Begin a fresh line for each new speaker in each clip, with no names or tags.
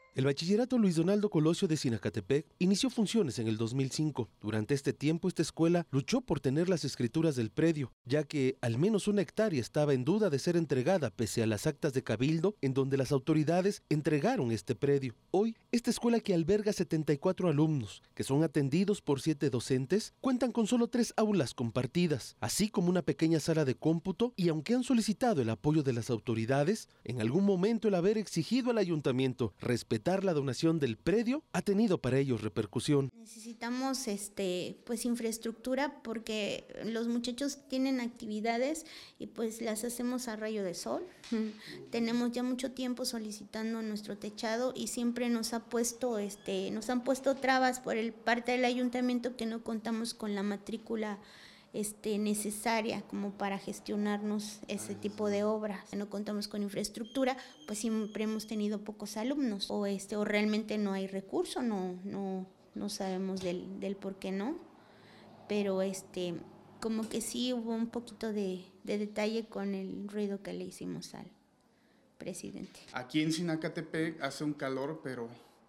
El bachillerato Luis Donaldo Colosio de Sinacatepec inició funciones en el 2005. Durante este tiempo, esta escuela luchó por tener las escrituras del predio, ya que al menos una hectárea estaba en duda de ser entregada pese a las actas de cabildo en donde las autoridades entregaron este predio. Hoy, esta escuela, que alberga 74 alumnos, que son atendidos por 7 docentes, cuentan con solo 3 aulas compartidas, así como una pequeña sala de cómputo, y aunque han solicitado el apoyo de las autoridades, en algún momento el haber exigido al ayuntamiento respetar la donación del predio ha tenido para ellos repercusión.
Necesitamos pues infraestructura, porque los muchachos tienen actividades y pues las hacemos a rayo de sol. Tenemos ya mucho tiempo solicitando nuestro techado y siempre nos han puesto trabas por parte del ayuntamiento, que no contamos con la matrícula necesaria como para gestionarnos ese tipo de obras. No contamos con infraestructura, pues siempre hemos tenido pocos alumnos, o realmente no hay recurso, no sabemos del por qué no, pero como que sí hubo un poquito de detalle con el ruido que le hicimos al presidente.
Aquí en Sinacatepec hace un calor, pero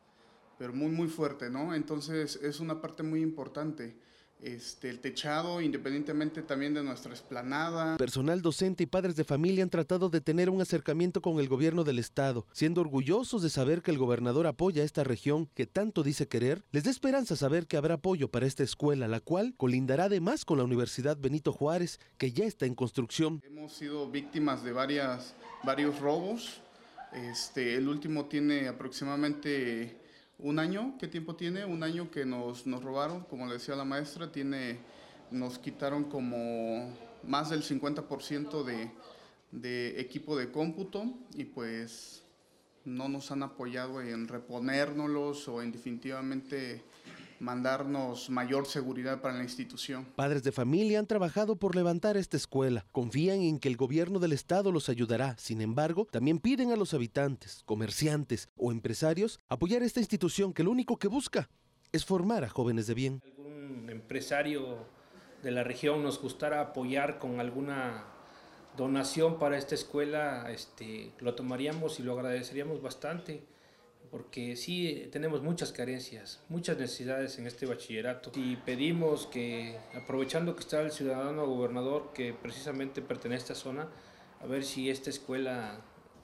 muy fuerte, ¿no? Entonces es una parte muy importante. El techado, independientemente también de nuestra explanada.
Personal docente y padres de familia han tratado de tener un acercamiento con el gobierno del estado, siendo orgullosos de saber que el gobernador apoya a esta región que tanto dice querer. Les da esperanza saber que habrá apoyo para esta escuela, la cual colindará además con la Universidad Benito Juárez, que ya está en construcción.
Hemos sido víctimas de varios robos. El último tiene aproximadamente un año. ¿Qué tiempo tiene? Un año que nos robaron, como le decía la maestra, nos quitaron como más del 50% de equipo de cómputo, y pues no nos han apoyado en reponérnoslos o en definitivamente mandarnos mayor seguridad para la institución.
Padres de familia han trabajado por levantar esta escuela. Confían en que el gobierno del estado los ayudará. Sin embargo, también piden a los habitantes, comerciantes o empresarios apoyar esta institución, que lo único que busca es formar a jóvenes de bien.
Algún empresario de la región nos gustara apoyar con alguna donación para esta escuela, lo tomaríamos y lo agradeceríamos bastante, porque sí tenemos muchas carencias, muchas necesidades en este bachillerato, y pedimos que, aprovechando que está el ciudadano gobernador que precisamente pertenece a esta zona, a ver si esta escuela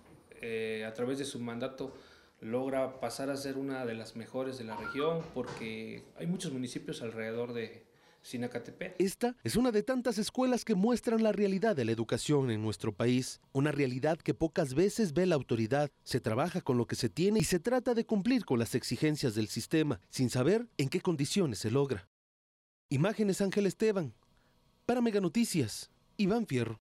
a través de su mandato logra pasar a ser una de las mejores de la región, porque hay muchos municipios alrededor de Sinacatepec.
Esta es una de tantas escuelas que muestran la realidad de la educación en nuestro país, una realidad que pocas veces ve la autoridad. Se trabaja con lo que se tiene y se trata de cumplir con las exigencias del sistema, sin saber en qué condiciones se logra. Imágenes: Ángel Esteban. Para Mega Noticias, Iván Fierro.